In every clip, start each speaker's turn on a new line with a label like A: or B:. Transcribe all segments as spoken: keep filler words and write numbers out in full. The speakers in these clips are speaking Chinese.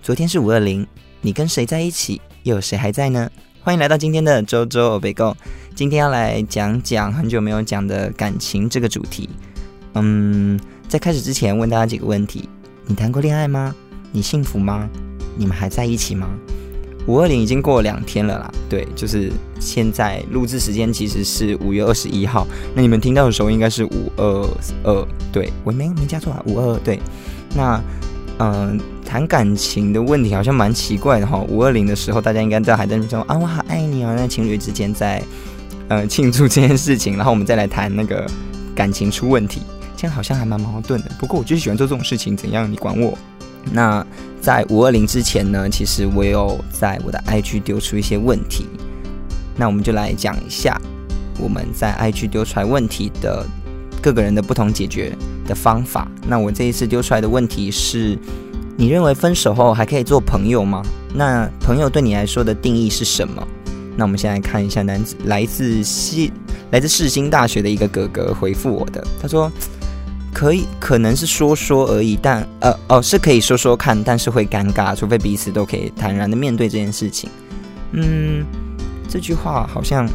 A: 昨天是五二零，你跟谁在一起，又有谁还在呢？欢迎来到今天的周周欧北共，今天要来讲讲很久没有讲的感情这个主题。嗯，在开始之前问大家几个问题：你谈过恋爱吗？你幸福吗？你们还在一起吗？五二零已经过了两天了啦，对，就是现在录制时间其实是五月二十一号，那你们听到的时候应该是五二二，对，我没没加错啊，五二二，对。那嗯，谈感情的问题好像蛮奇怪的哈。五二零的时候，大家应该都还在说啊，我好爱你哦。那情侣之间在呃庆祝这件事情，然后我们再来谈那个感情出问题，这样好像还蛮矛盾的。不过我就是喜欢做这种事情，怎样你管我？那在五二零之前呢，其实我有在我的 I G 丢出一些问题，那我们就来讲一下我们在 I G 丢出来问题的各个人的不同解决的方法。那我这一次丢出来的问题是：你认为分手后还可以做朋友吗？那朋友对你来说的定义是什么？那我们先来看一下男子来自西来自世新大学的一个哥哥回复我的，他说可以可能是说说而已，但呃哦是可以说说看，但是会尴尬，除非彼此都可以坦然的面对这件事情。嗯，这句话好像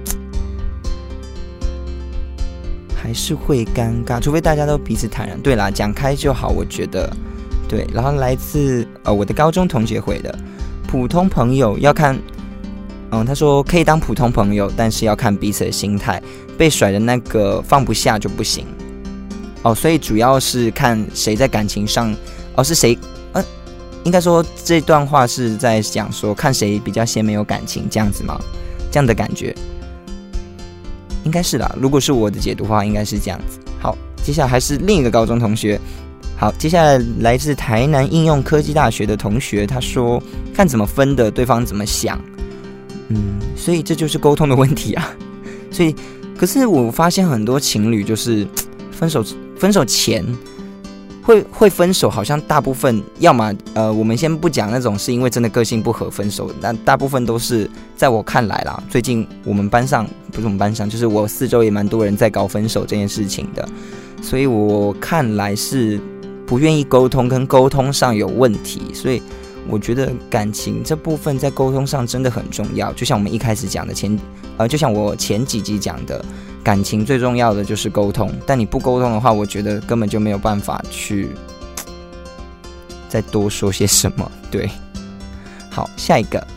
A: 还是会尴尬，除非大家都彼此坦然。对啦，讲开就好，我觉得对。然后来自呃我的高中同学回的，普通朋友要看，嗯，他说可以当普通朋友，但是要看彼此的心态，被甩的那个放不下就不行。哦，所以主要是看谁在感情上，哦是谁，呃，应该说这段话是在讲说看谁比较先没有感情这样子吗？这样的感觉。应该是啦，如果是我的解读的话，应该是这样子。好，接下来还是另一个高中同学。好，接下来来自台南应用科技大学的同学，他说看怎么分的，对方怎么想。嗯，所以这就是沟通的问题啊。所以，可是我发现很多情侣就是分手分手前会会分手，好像大部分要么呃，我们先不讲那种是因为真的个性不合分手，但大部分都是在我看来啦。最近我们班上不是我们班上，就是我四周也蛮多人在搞分手这件事情的，所以我看来是不愿意沟通，跟沟通上有问题。所以我觉得感情这部分在沟通上真的很重要。就像我们一开始讲的前呃，就像我前几集讲的。感情最重要的就是沟通，但你不沟通的话，我觉得根本就没有办法去再多说些什么。对，好，下一个，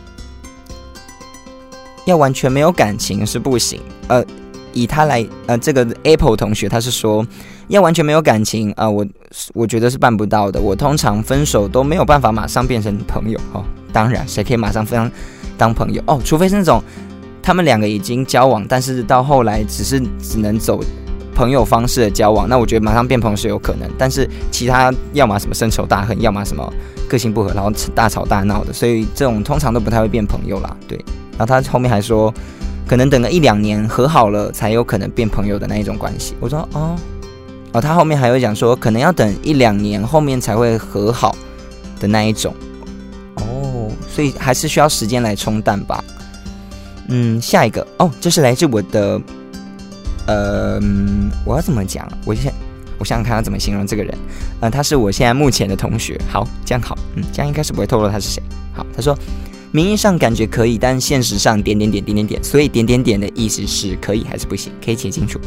A: 要完全没有感情是不行。呃，以他来，呃，这个 Apple 同学他是说要完全没有感情，呃，我我觉得是办不到的。我通常分手都没有办法马上变成朋友哦。当然，谁可以马上分当朋友哦？除非是那种。他们两个已经交往，但是到后来只是只能走朋友方式的交往，那我觉得马上变朋友是有可能。但是其他要么什么深仇大恨，要么什么个性不合，然后大吵大闹的，所以这种通常都不太会变朋友啦。对，然后他后面还说，可能等个一两年和好了才有可能变朋友的那一种关系。我说哦哦，他后面还会讲说，可能要等一两年后面才会和好的那一种。哦，所以还是需要时间来冲淡吧。嗯，下一个哦，这是来自我的，呃，我要怎么讲？我先，我想想看要怎么形容这个人。呃，他是我现在目前的同学。好，这样好，嗯，这样应该是不会透露他是谁。好，他说，名义上感觉可以，但现实上点点点点点点，所以点点点的意思是可以还是不行？可以写清楚。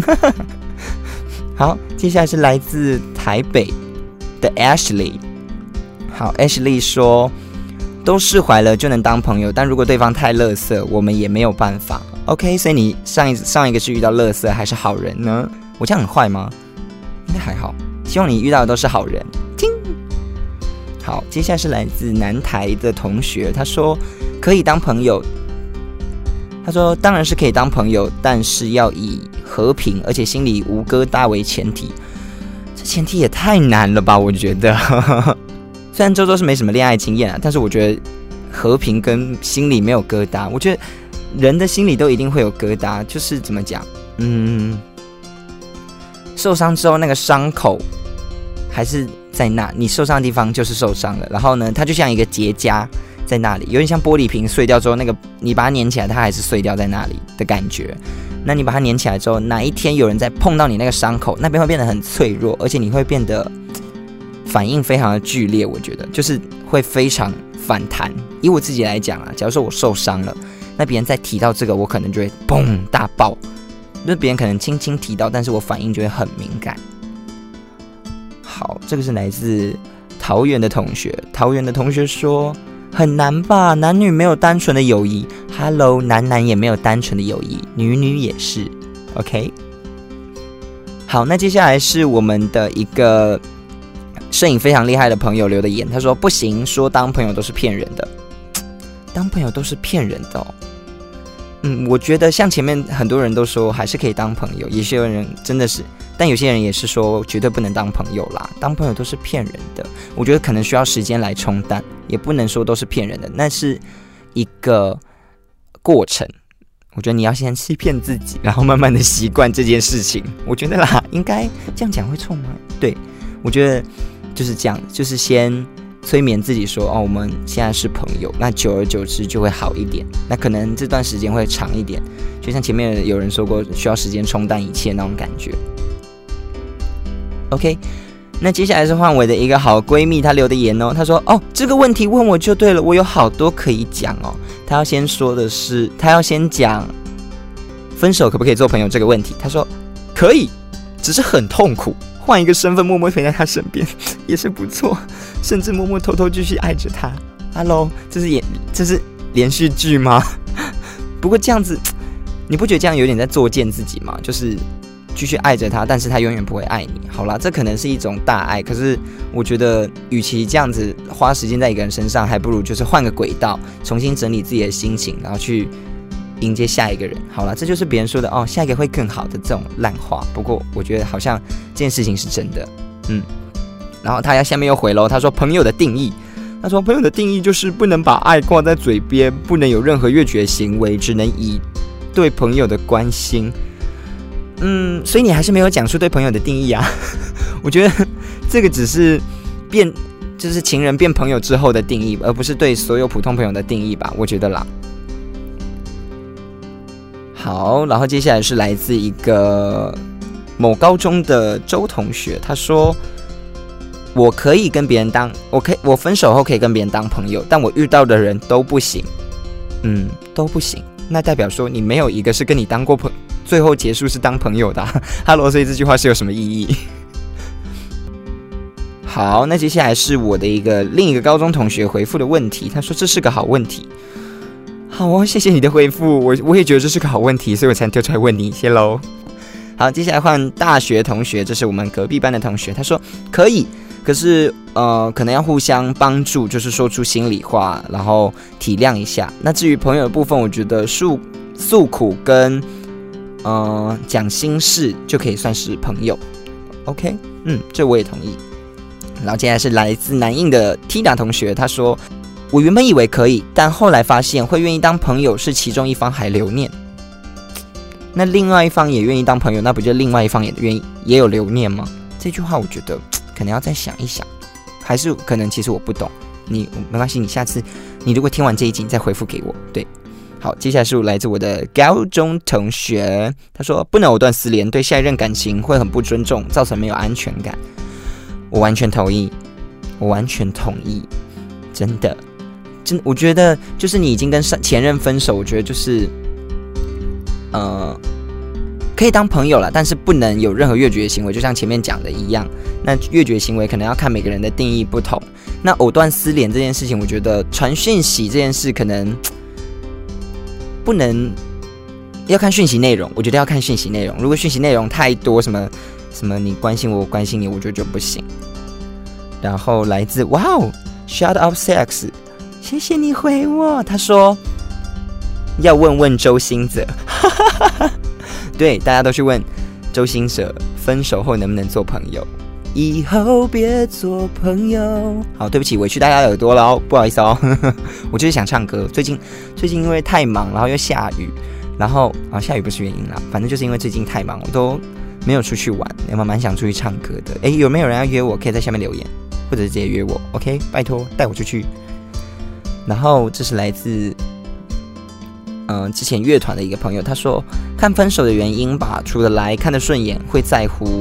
A: 好，接下来是来自台北的 Ashley。好 ，Ashley 说。都释怀了就能当朋友，但如果对方太垃圾，我们也没有办法。OK， 所以你上一上一个是遇到垃圾还是好人呢？我这样很坏吗？应该还好。希望你遇到的都是好人。听，好，接下来是来自南台的同学，他说可以当朋友。他说当然是可以当朋友，但是要以和平而且心里无疙瘩为前提。这前提也太难了吧？我觉得。虽然周周是没什么恋爱经验啊，但是我觉得和平跟心里没有疙瘩，我觉得人的心里都一定会有疙瘩，就是怎么讲，嗯，受伤之后那个伤口还是在那，你受伤的地方就是受伤了，然后呢，它就像一个结痂在那里，有点像玻璃瓶碎掉之后，那个你把它粘起来，它还是碎掉在那里的感觉。那你把它粘起来之后，哪一天有人在碰到你那个伤口，那边会变得很脆弱，而且你会变得反应非常的剧烈，我觉得就是会非常反弹。以我自己来讲啊，假如说我受伤了，那别人再提到这个，我可能就会嘣大爆。就是别人可能轻轻提到，但是我反应就会很敏感。好，这个是来自桃园的同学，桃园的同学说很难吧，男女没有单纯的友谊 ，Hello， 男男也没有单纯的友谊，女女也是 ，OK。好，那接下来是我们的一个摄影非常厉害的朋友留的言，他说不行，说当朋友都是骗人的，当朋友都是骗人的哦。嗯，我觉得像前面很多人都说还是可以当朋友，有些人真的是，但有些人也是说绝对不能当朋友啦，当朋友都是骗人的。我觉得可能需要时间来冲淡，也不能说都是骗人的，那是一个过程。我觉得你要先欺骗自己，然后慢慢的习惯这件事情。我觉得啦，应该这样讲会错吗？对，我觉得就是这样，就是先催眠自己说，哦，我们现在是朋友，那久而久之就会好一点。那可能这段时间会长一点，就像前面有人说过，需要时间冲淡一切那种感觉。OK， 那接下来是换我的一个好闺蜜，她留的言哦，她说，哦，这个问题问我就对了，我有好多可以讲哦。她要先说的是，她要先讲分手可不可以做朋友这个问题。她说可以，只是很痛苦。换一个身份，默默陪在他身边也是不错，甚至默默偷偷继续爱着他。Hello， 这是演这是连续剧吗？不过这样子，你不觉得这样有点在作践自己吗？就是继续爱着他，但是他永远不会爱你。好啦，这可能是一种大爱，可是我觉得，与其这样子花时间在一个人身上，还不如就是换个轨道，重新整理自己的心情，然后去迎接下一个人。好了，这就是别人说的哦，下一个会更好的这种烂话。不过我觉得好像这件事情是真的，嗯。然后他下面又回喽，他说朋友的定义，他说朋友的定义就是不能把爱挂在嘴边，不能有任何越矩行为，只能以对朋友的关心。嗯，所以你还是没有讲出对朋友的定义啊。我觉得这个只是变，就是情人变朋友之后的定义，而不是对所有普通朋友的定义吧，我觉得啦。好，然后接下来是来自一个某高中的周同学，他说我可以跟别人当，我可以我分手后可以跟别人当朋友，但我遇到的人都不行，嗯，都不行。那代表说你没有一个是跟你当过朋，最后结束是当朋友的、啊。Hello， 所以这句话是有什么意义？好，那接下来是我的一个另一个高中同学回复的问题，他说这是个好问题。好哦，谢谢你的回复，我我也觉得这是个好问题，所以我才丢出来问你，谢喽。好，接下来换大学同学，这是我们隔壁班的同学，他说可以，可是呃，可能要互相帮助，就是说出心里话，然后体谅一下。那至于朋友的部分，我觉得诉诉苦跟呃讲心事就可以算是朋友。OK， 嗯，这我也同意。然后接下来是来自南印的 Tina 同学，他说我原本以为可以，但后来发现会愿意当朋友是其中一方还留念，那另外一方也愿意当朋友，那不就另外一方也愿意也有留念吗？这句话我觉得可能要再想一想，还是可能其实我不懂，你没关系，你下次你如果听完这一集你再回复给我。对，好，接下来是来自我的高中同学，他说不能藕断丝连，对下一任感情会很不尊重，造成没有安全感。我完全同意，我完全同意，真的，真我觉得就是你已经跟前任分手，我觉得就是呃可以当朋友啦，但是不能有任何越矩的行为，就像前面讲的一样。那越矩的行为可能要看每个人的定义不同。那藕断丝连这件事情，我觉得传讯息这件事可能不能，要看讯息内容，我觉得要看讯息内容。如果讯息内容太多，什么什么你关心我，我关心你，我觉得就不行。然后来自哇哦 ，Shut Up Sex， 谢谢你回我。他说要问问周兴哲，对，大家都去问周兴哲，分手后能不能做朋友？以后别做朋友。好，对不起，委屈大家耳朵了哦，不好意思哦。我就是想唱歌，最近最近因为太忙，然后又下雨，然后啊下雨不是原因啦，反正就是因为最近太忙，我都没有出去玩，我蛮想出去唱歌的。哎，有没有人要约我？可以在下面留言，或者是直接约我 ，OK？ 拜托带我出去。然后这是来自嗯、呃、之前乐团的一个朋友，他说看分手的原因吧，除了来看得顺眼，会在乎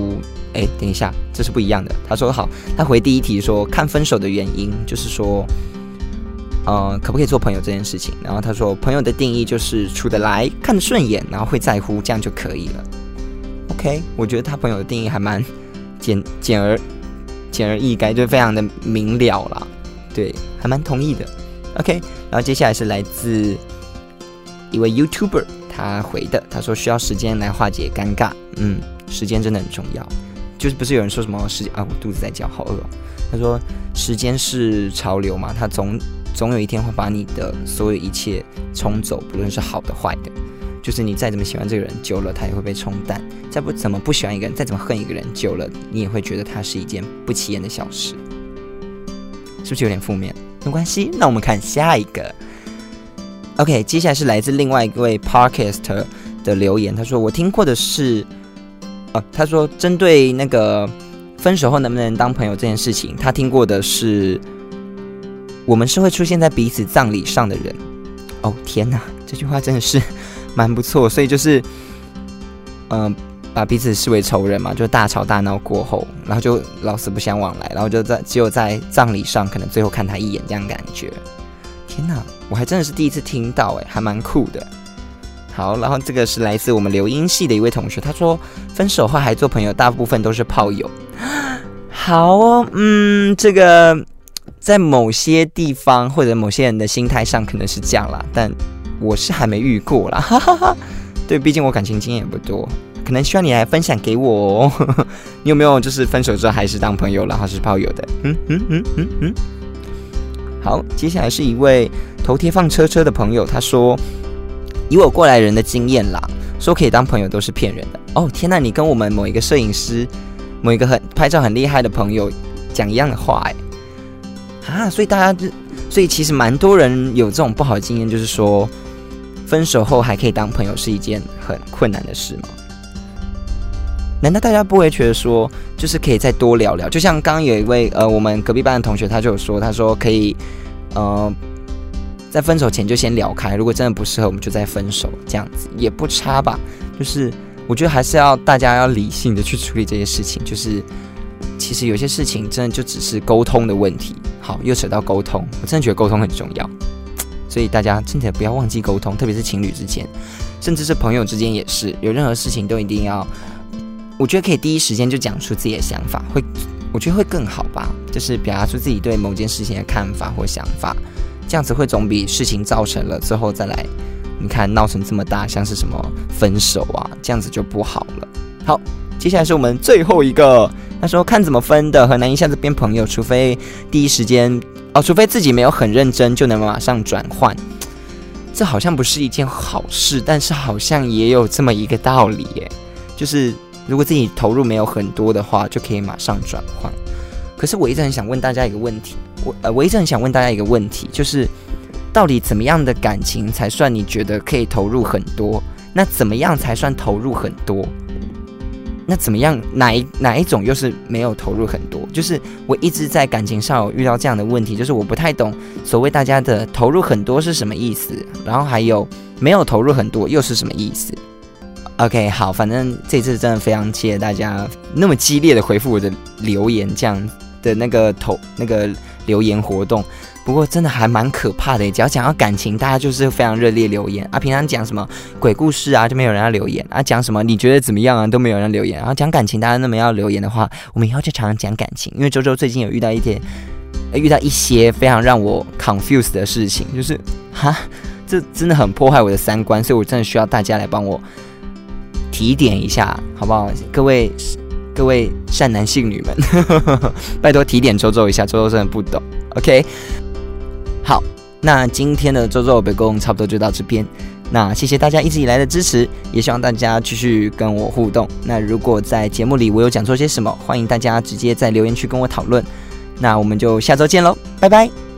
A: 哎，等一下，这是不一样的。他说好，他回第一题说看分手的原因，就是说，呃，可不可以做朋友这件事情。然后他说，朋友的定义就是处得来、看得顺眼，然后会在乎，这样就可以了。OK， 我觉得他朋友的定义还蛮简简而简而易赅，就非常的明了啦。对，还蛮同意的。OK， 然后接下来是来自一位 YouTuber 他回的，他说需要时间来化解尴尬。嗯，时间真的很重要。就是不是有人说什么时间啊？我肚子在叫，好饿哦。他说时间是潮流嘛，它总总有一天会把你的所有一切冲走，不论是好的坏的。就是你再怎么喜欢这个人，久了他也会被冲淡；再不怎么不喜欢一个人，再怎么恨一个人，久了你也会觉得他是一件不起眼的小事。是不是有点负面？没关系，那我们看下一个。OK， 接下来是来自另外一位 Podcaster 的留言，他说我听过的是，呃，他说针对那个分手后能不能当朋友这件事情，他听过的是，我们是会出现在彼此葬礼上的人。哦天哪，这句话真的是蛮不错，所以就是，嗯、呃。把彼此视为仇人嘛，就大吵大闹过后，然后就老死不相往来，然后就在只有在葬礼上可能最后看他一眼这样感觉。天哪，我还真的是第一次听到哎，还蛮酷的。好，然后这个是来自我们留音系的一位同学，他说分手后还做朋友，大部分都是炮友。好哦，嗯，这个在某些地方或者某些人的心态上可能是这样啦，但我是还没遇过啦，哈哈哈。对，毕竟我感情经验也不多。可能需要你来分享给我哦。你有没有就是分手之后还是当朋友，然后是炮友的？嗯嗯嗯嗯嗯。好，接下来是一位头贴放车车的朋友，他说：“以我过来人的经验啦，说可以当朋友都是骗人的。”哦，天哪，你跟我们某一个摄影师、某一个很拍照很厉害的朋友讲一样的话哎。啊，所以大家就，所以其实蛮多人有这种不好的经验，就是说分手后还可以当朋友是一件很困难的事吗？难道大家不会觉得说，就是可以再多聊聊？就像刚刚有一位呃，我们隔壁班的同学，他就有说，他说可以，呃，在分手前就先聊开，如果真的不适合，我们就再分手，这样子也不差吧？就是我觉得还是要大家要理性的去处理这些事情，就是其实有些事情真的就只是沟通的问题。好，又扯到沟通，我真的觉得沟通很重要，所以大家真的不要忘记沟通，特别是情侣之间，甚至是朋友之间也是，有任何事情都一定要。我觉得可以第一时间就讲出自己的想法，会，我觉得会更好吧。就是表达出自己对某件事情的看法或想法，这样子会总比事情造成了之后再来，你看闹成这么大，像是什么分手啊，这样子就不好了。好，接下来是我们最后一个，他说看怎么分的，很难一下子变朋友，除非第一时间哦，除非自己没有很认真就能马上转换。这好像不是一件好事，但是好像也有这么一个道理耶，就是。如果自己投入没有很多的话，就可以马上转换。可是我一直很想问大家一个问题，我呃，我一直很想问大家一个问题，就是到底怎么样的感情才算你觉得可以投入很多？那怎么样才算投入很多？那怎么样哪一哪一种又是没有投入很多？就是我一直在感情上有遇到这样的问题，就是我不太懂所谓大家的投入很多是什么意思，然后还有没有投入很多又是什么意思？OK， 好，反正这次真的非常谢谢大家那么激烈的回复我的留言，这样的那个投那个留言活动。不过真的还蛮可怕的，只要讲到感情，大家就是非常热烈留言啊。平常讲什么鬼故事啊，就没有人要留言啊；讲什么你觉得怎么样啊，都没有人留言。然后讲感情，大家那么要留言的话，我们以后就常常讲感情。因为周周最近有遇到一些，遇到一些非常让我 confused 的事情，就是哈，这真的很破坏我的三观，所以我真的需要大家来帮我提点一下，好不好？各位各位善男信女们，拜托提点周周一下，周周真的不懂。OK， 好，那今天的周周北宫差不多就到这边。那谢谢大家一直以来的支持，也希望大家继续跟我互动。那如果在节目里我有讲错些什么，欢迎大家直接在留言区跟我讨论。那我们就下周见喽，拜拜。